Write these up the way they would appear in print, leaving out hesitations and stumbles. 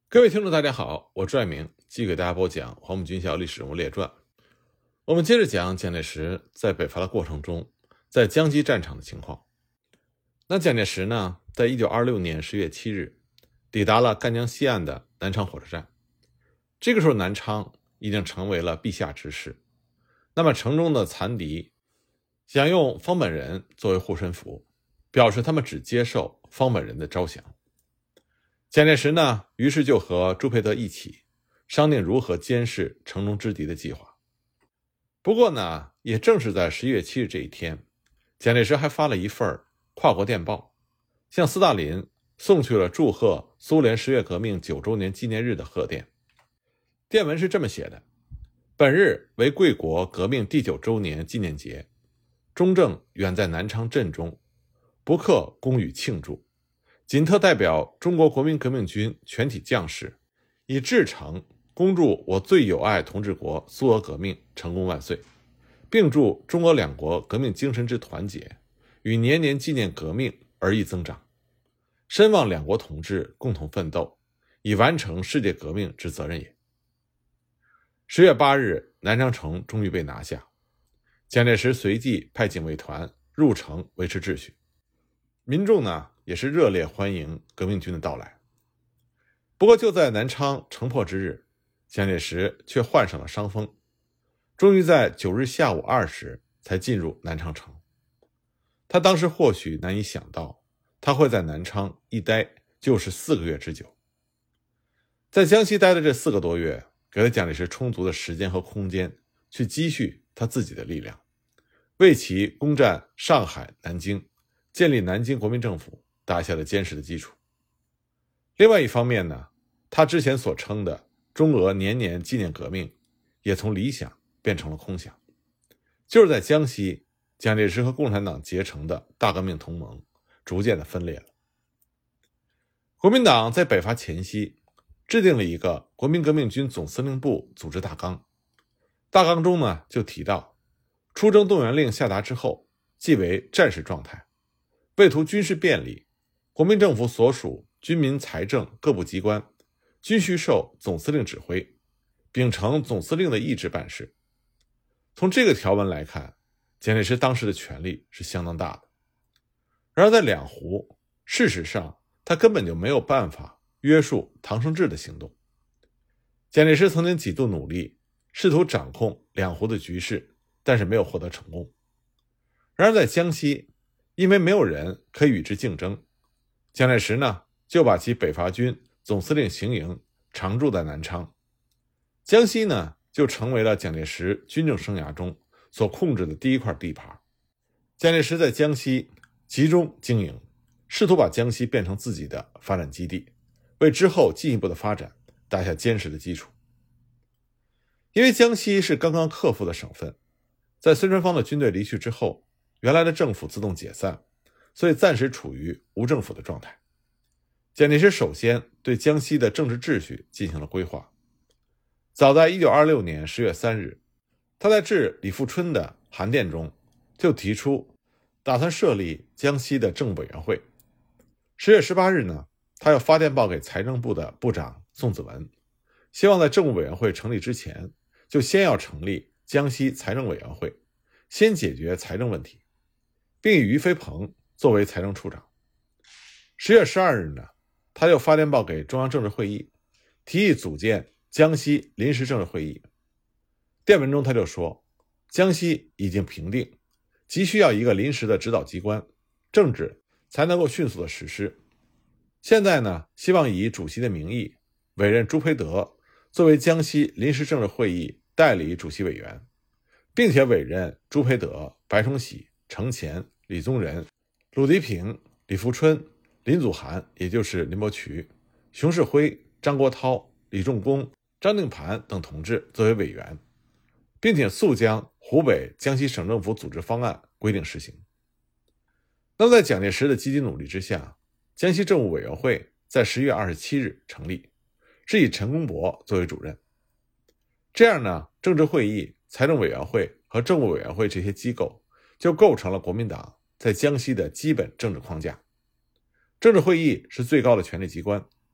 各位听众大家好，我朱爱明继续给大家播讲黄埔军校历史人物列传。我们接着讲蒋介石在北伐的过程中在江西战场的情况。那蒋介石呢，在1926年10月7日抵达了赣江西岸的南昌火车站。这个时候南昌已经成为了地下之势，那么城中的残敌想用方本人作为护身符，表示他们只接受方本人的招降。蒋介石呢，于是就和朱培德一起商定如何监视城中之敌的计划。不过呢，也正是在11月7日这一天，蒋介石还发了一份跨国电报，向斯大林送去了祝贺苏联10月革命9周年纪念日的贺电。电文是这么写的：本日为贵国革命第9周年纪念节，中正远在南昌阵中，不克恭予庆祝。仅特代表中国国民革命军全体将士，以至诚恭祝我最友爱同志国苏俄革命成功万岁，并祝中俄两国革命精神之团结与年年纪念革命而益增长，深望两国同志共同奋斗，以完成世界革命之责任也。10月8日，南昌城终于被拿下，蒋介石随即派警卫团入城维持秩序，民众呢也是热烈欢迎革命军的到来。不过就在南昌城破之日，蒋介石却患上了伤风，终于在9日下午2时才进入南昌城。他当时或许难以想到，他会在南昌一待就是4个月之久。在江西待的这4个多月，给了蒋介石充足的时间和空间去积蓄他自己的力量，为其攻占上海、南京，建立南京国民政府打下了坚实的基础。另外一方面呢，他之前所称的中俄年年纪念革命也从理想变成了空想。就是在江西，蒋介石和共产党结成的大革命同盟逐渐的分裂了。国民党在北伐前夕制定了一个国民革命军总司令部组织大纲，大纲中呢就提到，出征动员令下达之后即为战时状态，为图军事便利，国民政府所属军民财政各部机关均需受总司令指挥，秉承总司令的意志办事。从这个条文来看，蒋介石当时的权力是相当大的。然而在两湖，事实上他根本就没有办法约束唐生智的行动。蒋介石曾经几度努力试图掌控两湖的局势，但是没有获得成功。然而在江西，因为没有人可以与之竞争，蒋介石呢就把其北伐军总司令行营常驻在南昌。江西呢就成为了蒋介石军政生涯中所控制的第一块地盘。蒋介石在江西集中经营，试图把江西变成自己的发展基地，为之后进一步的发展打下坚实的基础。因为江西是刚刚克服的省份，在孙传芳的军队离去之后，原来的政府自动解散，所以暂时处于无政府的状态。蒋介石首先对江西的政治秩序进行了规划。早在1926年10月3日，他在致李富春的函电中就提出打算设立江西的政务委员会。10月18日呢，他要发电报给财政部的部长宋子文，希望在政务委员会成立之前，就先要成立江西财政委员会，先解决财政问题，并以于飞鹏作为财政处长。10月12日呢，他又发电报给中央政治会议，提议组建江西临时政治会议。电文中他就说，江西已经平定，急需要一个临时的指导机关，政治才能够迅速的实施。现在呢，希望以主席的名义委任朱培德作为江西临时政治会议代理主席委员，并且委任朱培德、白崇禧、程潜、李宗仁、鲁涤平、李富春、林祖涵，也就是林伯渠、熊式辉、张国焘、李仲弓、张定盘等同志作为委员，并且速将湖北、江西省政府组织方案规定实行。那么在蒋介石的积极努力之下，江西政务委员会在11月27日成立，是以陈公博作为主任。这样呢，政治会议、财政委员会和政务委员会这些机构就构成了国民党在江西的基本政治框架。政治会议是最高的权力机关，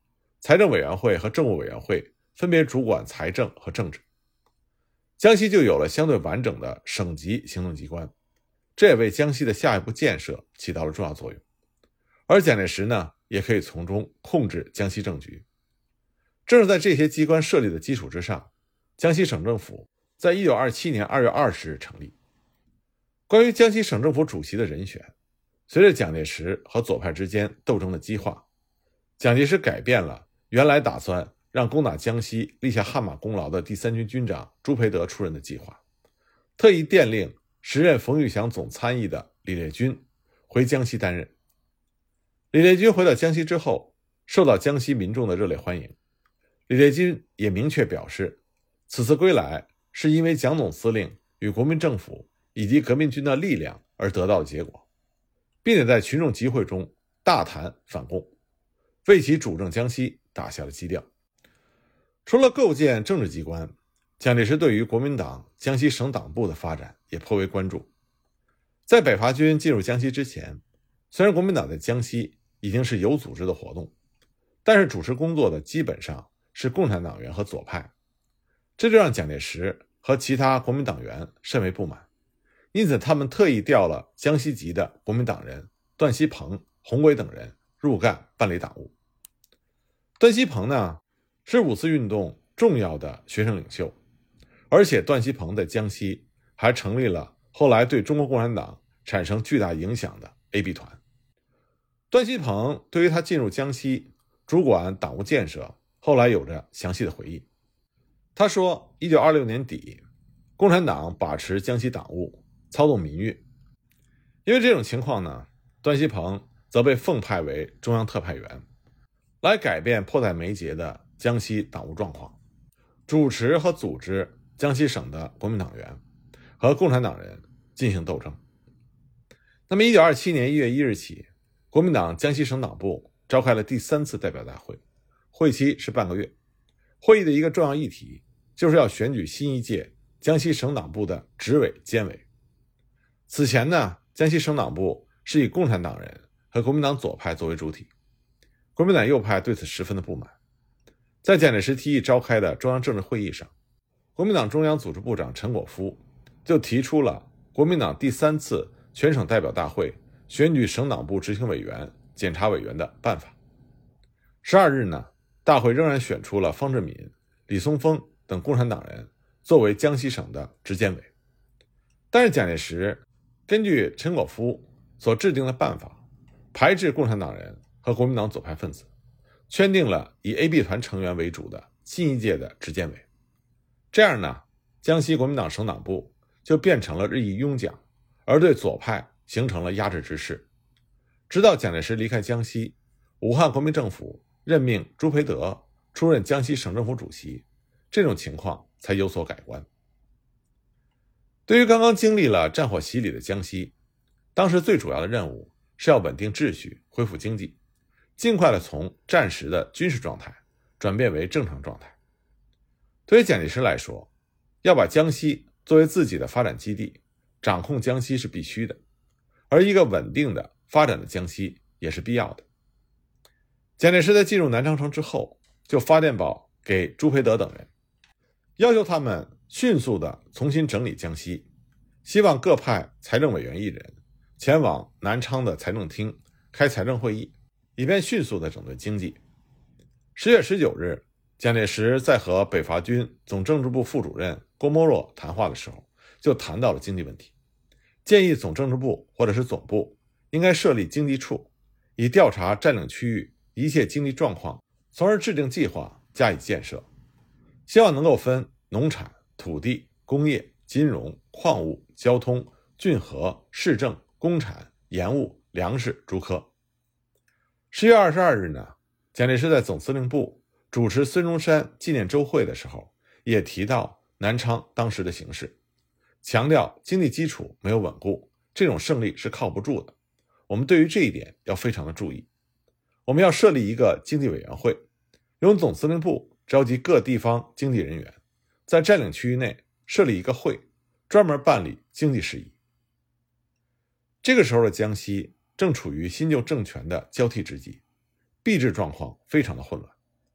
财政委员会和政务委员会分别主管财政和政治。江西就有了相对完整的省级行政机关，这也为江西的下一步建设起到了重要作用。而蒋介石呢，也可以从中控制江西政局。正是在这些机关设立的基础之上，江西省政府在1927年2月20日成立。关于江西省政府主席的人选，随着蒋介石和左派之间斗争的激化，蒋介石改变了原来打算让攻打江西立下汗马功劳的第3军军长朱培德出任的计划，特意电令时任冯玉祥总参议的李烈钧回江西担任。李烈钧回到江西之后，受到江西民众的热烈欢迎。李烈钧也明确表示，此次归来是因为蒋总司令与国民政府以及革命军的力量而得到的结果，并且在群众集会中大谈反共，为其主政江西打下了基调。除了构建政治机关，蒋介石对于国民党江西省党部的发展也颇为关注。在北伐军进入江西之前，虽然国民党在江西已经是有组织的活动，但是主持工作的基本上是共产党员和左派，这就让蒋介石和其他国民党员甚为不满，因此他们特意调了江西籍的国民党人段锡朋、洪轨等人入赣办理党务。段锡朋呢，是五四运动重要的学生领袖，而且段锡朋在江西还成立了后来对中国共产党产生巨大影响的 AB 团。段锡朋对于他进入江西主管党务建设后来有着详细的回忆。他说1926年底，共产党把持江西党务，操纵民运。因为这种情况呢，段锡朋则被奉派为中央特派员，来改变迫在眉睫的江西党务状况，主持和组织江西省的国民党员和共产党人进行斗争。那么1927年1月1日起，国民党江西省党部召开了第3次代表大会，会期是半个月。会议的一个重要议题就是要选举新一届江西省党部的执委、监委。此前呢，江西省党部是以共产党人和国民党左派作为主体，国民党右派对此十分的不满。在蒋介石提议召开的中央政治会议上，国民党中央组织部长陈果夫就提出了国民党第3次全省代表大会选举省党部执行委员、检察委员的办法。12日呢，大会仍然选出了方志敏、李松峰等共产党人作为江西省的执监委。但是蒋介石根据陈果夫所制定的办法，排斥共产党人和国民党左派分子，圈定了以 AB 团成员为主的新一届的执监委。这样呢，江西国民党省党部就变成了日益拥蒋，而对左派形成了压制之势。直到蒋介石离开江西，武汉国民政府任命朱培德出任江西省政府主席，这种情况才有所改观。对于刚刚经历了战火洗礼的江西，当时最主要的任务是要稳定秩序，恢复经济，尽快的从战时的军事状态转变为正常状态。对于蒋介石来说，要把江西作为自己的发展基地，掌控江西是必须的，而一个稳定的发展的江西也是必要的。蒋介石在进入南昌城之后，就发电报给朱培德等人，要求他们迅速的重新整理江西，希望各派财政委员1人前往南昌的财政厅开财政会议，以便迅速的整顿经济。10月19日，蒋介石在和北伐军总政治部副主任郭沫若谈话的时候，就谈到了经济问题，建议总政治部或者是总部应该设立经济处，以调查占领区域一切经济状况，从而制定计划加以建设，希望能够分农产、土地、工业、金融、矿物、交通、浚河、市政、工产、盐务、粮食诸科。10月22日呢，蒋介石在总司令部主持孙中山纪念周会的时候，也提到南昌当时的形势，强调经济基础没有稳固，这种胜利是靠不住的。我们对于这一点要非常的注意。我们要设立一个经济委员会，由总司令部召集各地方经济人员，在占领区域内设立一个会，专门办理经济事宜。这个时候的江西正处于新旧政权的交替之际，币制状况非常的混乱。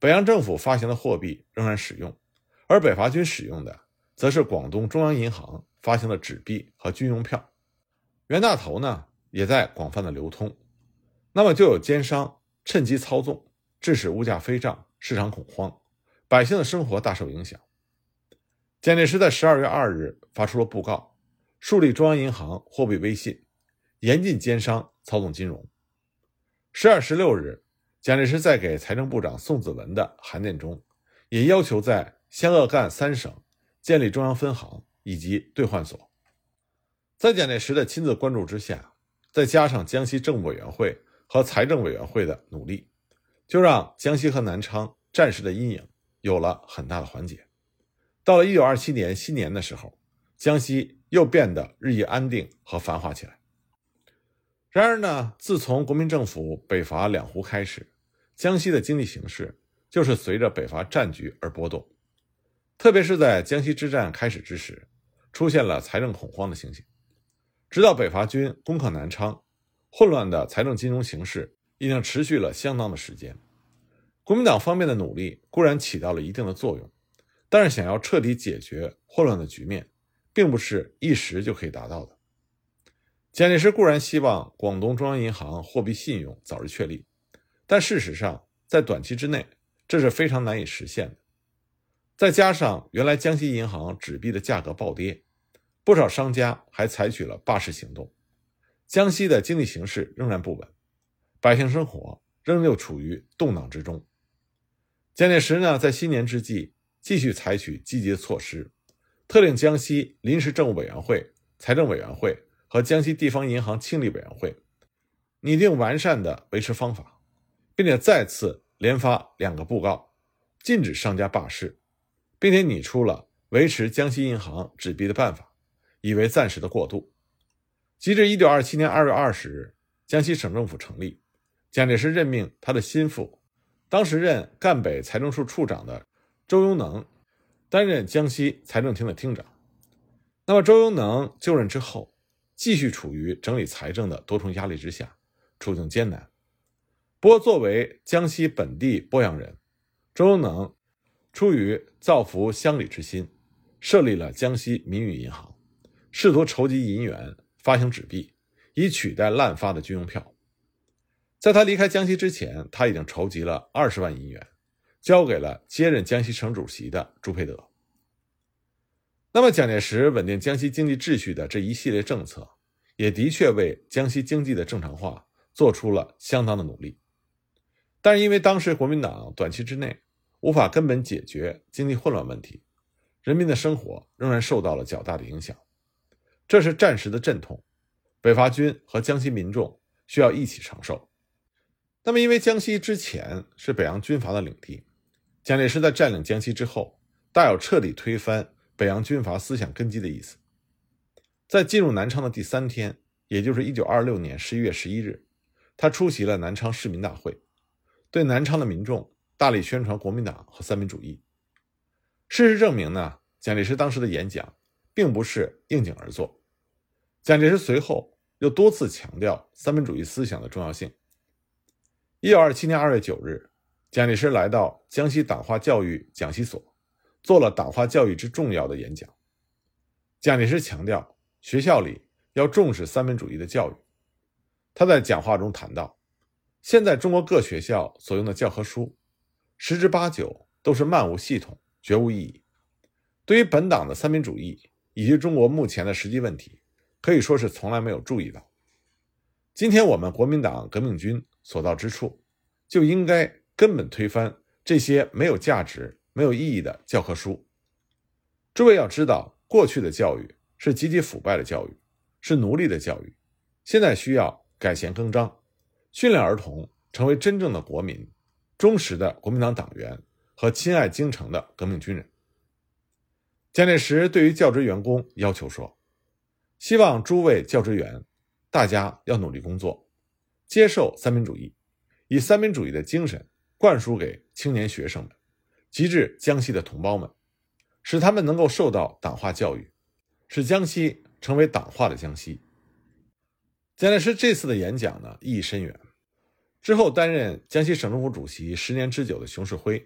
北洋政府发行的货币仍然使用，而北伐军使用的则是广东中央银行发行的纸币和军用票。袁大头呢也在广泛的流通，那么就有奸商趁机操纵，致使物价飞涨，市场恐慌，百姓的生活大受影响。蒋介石在12月2日发出了布告，树立中央银行货币威信，严禁奸商操纵金融。12月16日，蒋介石在给财政部长宋子文的函电中，也要求在湘鄂赣3省建立中央分行以及兑换所。在蒋介石的亲自关注之下，再加上江西政务委员会和财政委员会的努力，就让江西和南昌战时的阴影有了很大的缓解。到了1927年新年的时候，江西又变得日益安定和繁华起来。然而呢，自从国民政府北伐两湖开始，江西的经济形势就是随着北伐战局而波动。特别是在江西之战开始之时，出现了财政恐慌的情形。直到北伐军攻克南昌，混乱的财政金融形势已经持续了相当的时间。国民党方面的努力固然起到了一定的作用，但是想要彻底解决混乱的局面，并不是一时就可以达到的。蒋介石固然希望广东中央银行货币信用早日确立，但事实上在短期之内这是非常难以实现的。再加上原来江西银行纸币的价格暴跌，不少商家还采取了罢市行动，江西的经济形势仍然不稳，百姓生活仍旧处于动荡之中。蒋介石呢，在新年之际继续采取积极的措施，特令江西临时政务委员会、财政委员会和江西地方银行清理委员会拟定完善的维持方法，并且再次连发2个布告，禁止商家罢市，并且拟出了维持江西银行纸币的办法，以为暂时的过渡。及至1927年2月20日，江西省政府成立，蒋介石任命他的心腹，当时任赣北财政处处长的周庸能担任江西财政厅的厅长。那么周庸能就任之后，继续处于整理财政的多重压力之下，处境艰难。不过作为江西本地鄱阳人，周庸能出于造福乡里之心，设立了江西民运银行，试图筹集银元发行纸币，以取代滥发的军用票。在他离开江西之前，他已经筹集了20万银元，交给了接任江西省主席的朱培德。那么蒋介石稳定江西经济秩序的这一系列政策，也的确为江西经济的正常化做出了相当的努力。但是因为当时国民党短期之内无法根本解决经济混乱问题，人民的生活仍然受到了较大的影响。这是战时的阵痛，北伐军和江西民众需要一起承受。那么因为江西之前是北洋军阀的领地，蒋介石在占领江西之后，大有彻底推翻北洋军阀思想根基的意思。在进入南昌的第3天，也就是1926年11月11日，他出席了南昌市民大会，对南昌的民众大力宣传国民党和三民主义。事实证明呢，蒋介石当时的演讲并不是应景而作。蒋介石随后又多次强调三民主义思想的重要性。1927年2月9日，蒋介石来到江西党化教育讲习所，做了党化教育之重要的演讲。蒋介石强调学校里要重视三民主义的教育。他在讲话中谈到，现在中国各学校所用的教科书10之8九都是漫无系统，绝无意义。对于本党的三民主义以及中国目前的实际问题，可以说是从来没有注意到。今天我们国民党革命军所到之处，就应该根本推翻这些没有价值、没有意义的教科书。诸位要知道，过去的教育是极其腐败的教育，是奴隶的教育，现在需要改弦更张，训练儿童成为真正的国民，忠实的国民党党员和亲爱京城的革命军人。蒋介石对于教职员工要求说，希望诸位教职员大家要努力工作，接受三民主义，以三民主义的精神灌输给青年学生们，及至江西的同胞们，使他们能够受到党化教育，使江西成为党化的江西。蒋介石这次的演讲呢，意义深远。之后担任江西省政府主席10年之久的熊式辉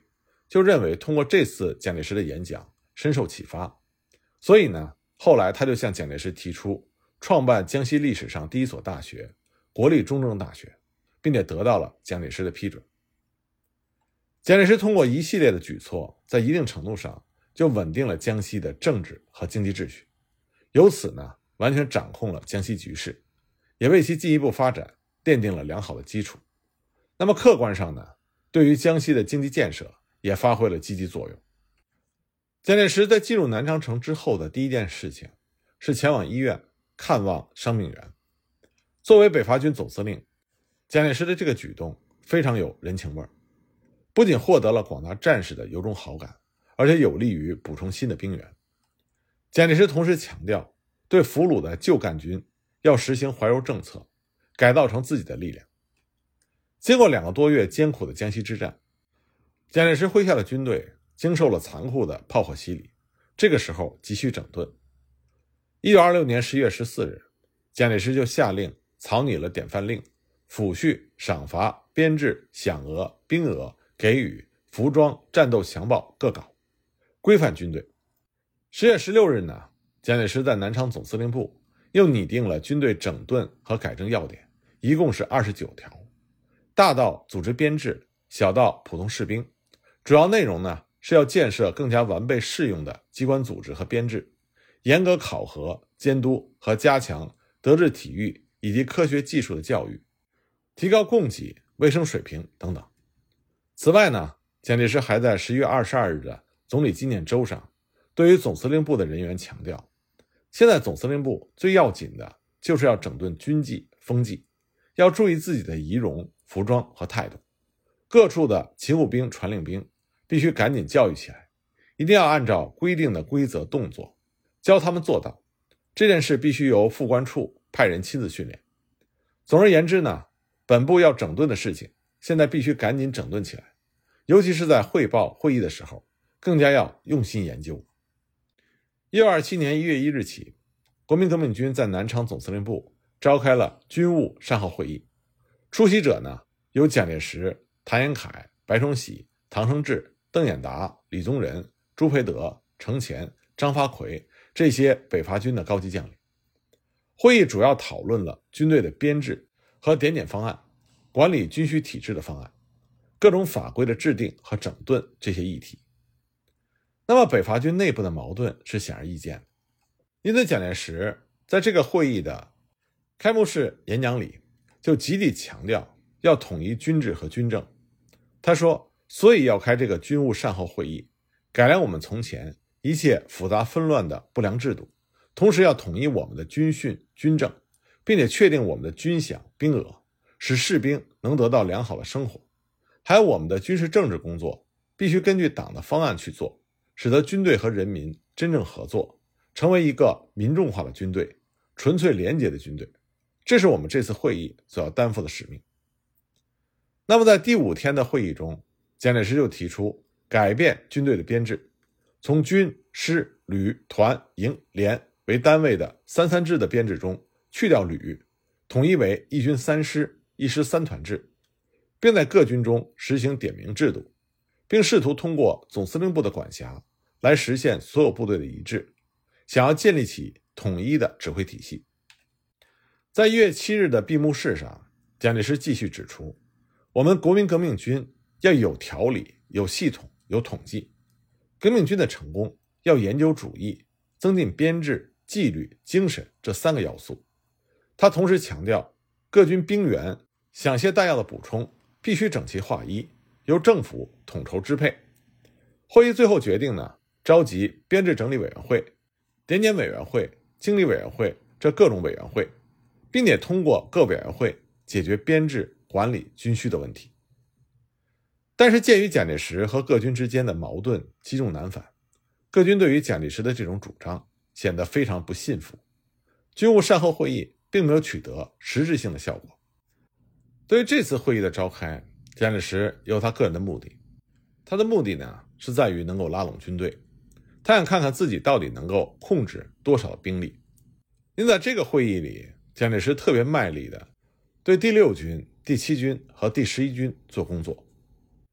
就认为通过这次蒋介石的演讲深受启发，所以呢，后来他就向蒋介石提出创办江西历史上第一所大学国立中正大学，并且得到了蒋介石的批准。蒋介石通过一系列的举措，在一定程度上就稳定了江西的政治和经济秩序，由此呢，完全掌控了江西局势，也为其进一步发展奠定了良好的基础。那么客观上呢，对于江西的经济建设也发挥了积极作用。蒋介石在进入南昌城之后的第一件事情是前往医院看望伤病员。作为北伐军总司令，蒋介石的这个举动非常有人情味，不仅获得了广大战士的由衷好感，而且有利于补充新的兵员。蒋介石同时强调，对俘虏的旧赣军要实行怀柔政策，改造成自己的力量。经过2个多月艰苦的江西之战，蒋介石麾下的军队经受了残酷的炮火洗礼，这个时候急需整顿。1926年11月14日，蒋介石就下令草拟了典范令、抚恤、赏罚、编制、饷额、兵额、给予、服装、战斗详报各稿，规范军队。10月16日呢，蒋介石在南昌总司令部又拟定了军队整顿和改正要点，一共是29条，大到组织编制，小到普通士兵。主要内容呢，是要建设更加完备适用的机关组织和编制，严格考核、监督和加强德智体育以及科学技术的教育，提高供给、卫生水平等等。此外呢，蒋介石还在11月22日的总理纪念周上，对于总司令部的人员强调，现在总司令部最要紧的就是要整顿军纪、风纪，要注意自己的仪容、服装和态度。各处的勤务兵、传令兵必须赶紧教育起来，一定要按照规定的规则动作教他们做到。这件事必须由副官处派人亲自训练。总而言之呢，本部要整顿的事情现在必须赶紧整顿起来，尤其是在汇报会议的时候更加要用心研究。1927年1月1日起，国民革命军在南昌总司令部召开了军务善后会议，出席者呢有蒋介石、谭延闿、白崇禧、唐生智、邓演达、李宗仁、朱培德、程潜、张发奎这些北伐军的高级将领。会议主要讨论了军队的编制和点检方案、管理军需体制的方案、各种法规的制定和整顿这些议题。那么北伐军内部的矛盾是显而易见的，因此蒋介石在这个会议的开幕式演讲里就极力强调要统一军制和军政。他说，所以要开这个军务善后会议，改良我们从前一切复杂纷乱的不良制度，同时要统一我们的军训、军政，并且确定我们的军饷、兵额，使士兵能得到良好的生活。还有我们的军事政治工作必须根据党的方案去做，使得军队和人民真正合作，成为一个民众化的军队，纯粹廉洁的军队。这是我们这次会议所要担负的使命。那么在第5天的会议中，蒋介石就提出改变军队的编制，从军、师、旅、团、营、连为单位的3-3制的编制中去掉旅，统一为一军3师、一师3团制，并在各军中实行点名制度，并试图通过总司令部的管辖来实现所有部队的一致，想要建立起统一的指挥体系。在1月7日的闭幕式上，蒋介石继续指出，我们国民革命军要有条理、有系统、有统计。革命军的成功要研究主义，增进编制、纪律、精神这3个要素。他同时强调，各军兵员、饷械弹药的补充必须整齐划一，由政府统筹支配。会议最后决定呢，召集编制整理委员会、点检委员会、经理委员会这各种委员会，并且通过各委员会解决编制、管理军需的问题。但是鉴于蒋介石和各军之间的矛盾积重难返，各军对于蒋介石的这种主张显得非常不信服，军务善后会议并没有取得实质性的效果。对于这次会议的召开，蒋介石有他个人的目的，他的目的呢是在于能够拉拢军队，他想看看自己到底能够控制多少的兵力。因此在这个会议里，蒋介石特别卖力的对第6军、第7军和第11军做工作。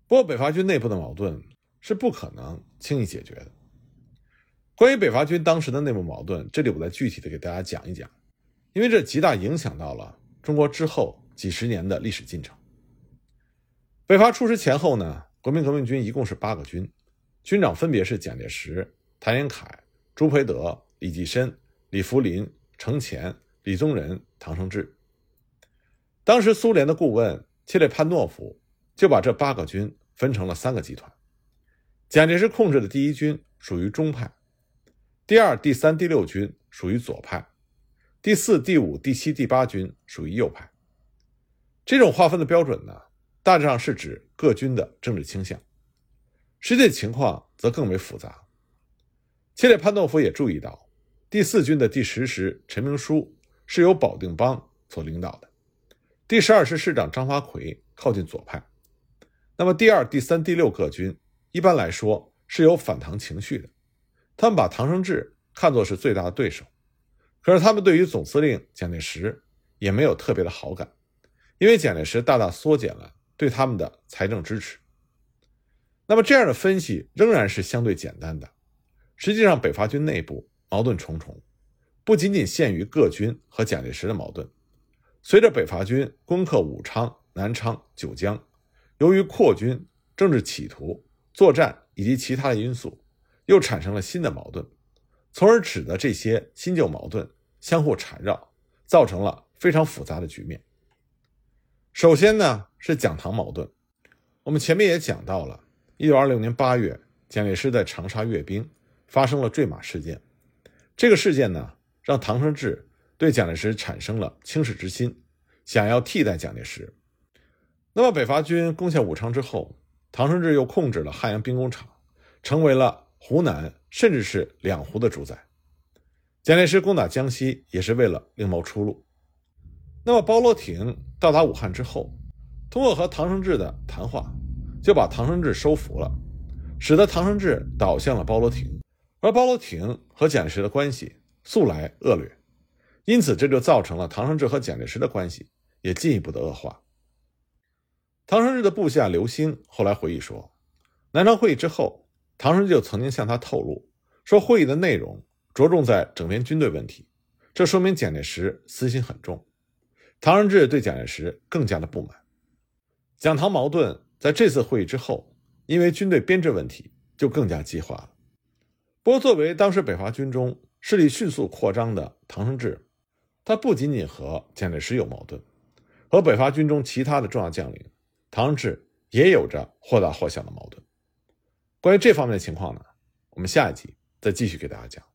不过北伐军内部的矛盾是不可能轻易解决的。关于北伐军当时的内部矛盾，这里我再具体的给大家讲一讲，因为这极大影响到了中国之后几十年的历史进程。北伐出师前后呢，国民革命军一共是8个军，军长分别是蒋介石、谭延闿、朱培德、李济深、李福林、程潜、李宗仁、唐生智。当时苏联的顾问切列潘诺夫就把这8个军分成了3个集团。蒋介石控制的第1军属于中派，第2、第3、第6军属于左派，第4、第5、第7、第8军属于右派。这种划分的标准呢，大致上是指各军的政治倾向，实际情况则更为复杂。切列潘诺夫也注意到，第4军的第10师陈明书是由保定邦所领导的，第12师师长张发奎靠近左派。那么第2、第3、第6各军一般来说是有反唐情绪的，他们把唐生智看作是最大的对手，可是他们对于总司令蒋介石也没有特别的好感，因为蒋介石大大缩减了对他们的财政支持。那么这样的分析仍然是相对简单的，实际上北伐军内部矛盾重重，不仅仅限于各军和蒋介石的矛盾。随着北伐军攻克武昌、南昌、九江，由于扩军、政治企图、作战以及其他的因素，又产生了新的矛盾，从而使得这些新旧矛盾相互缠绕，造成了非常复杂的局面。首先呢，是蒋唐矛盾。我们前面也讲到了1926年8月，蒋介石在长沙阅兵，发生了坠马事件。这个事件呢，让唐生智对蒋介石产生了轻视之心，想要替代蒋介石。那么北伐军攻下武昌之后，唐生智又控制了汉阳兵工厂，成为了湖南甚至是两湖的主宰。蒋介石攻打江西也是为了另谋出路。那么包罗廷到达武汉之后，通过和唐生智的谈话，就把唐生智收服了，使得唐生智倒向了包罗廷，而包罗廷和蒋介石的关系素来恶劣，因此这就造成了唐生智和蒋介石的关系也进一步的恶化。唐生智的部下刘兴后来回忆说，南昌会议之后，唐生智就曾经向他透露，说会议的内容着重在整编军队问题，这说明蒋介石私心很重。唐生智对蒋介石更加的不满。蒋唐矛盾在这次会议之后，因为军队编制问题就更加激化了。不过作为当时北伐军中势力迅速扩张的唐生智，他不仅仅和蒋介石有矛盾，和北伐军中其他的重要将领唐生智也有着或大或小的矛盾。关于这方面的情况呢，我们下一集再继续给大家讲。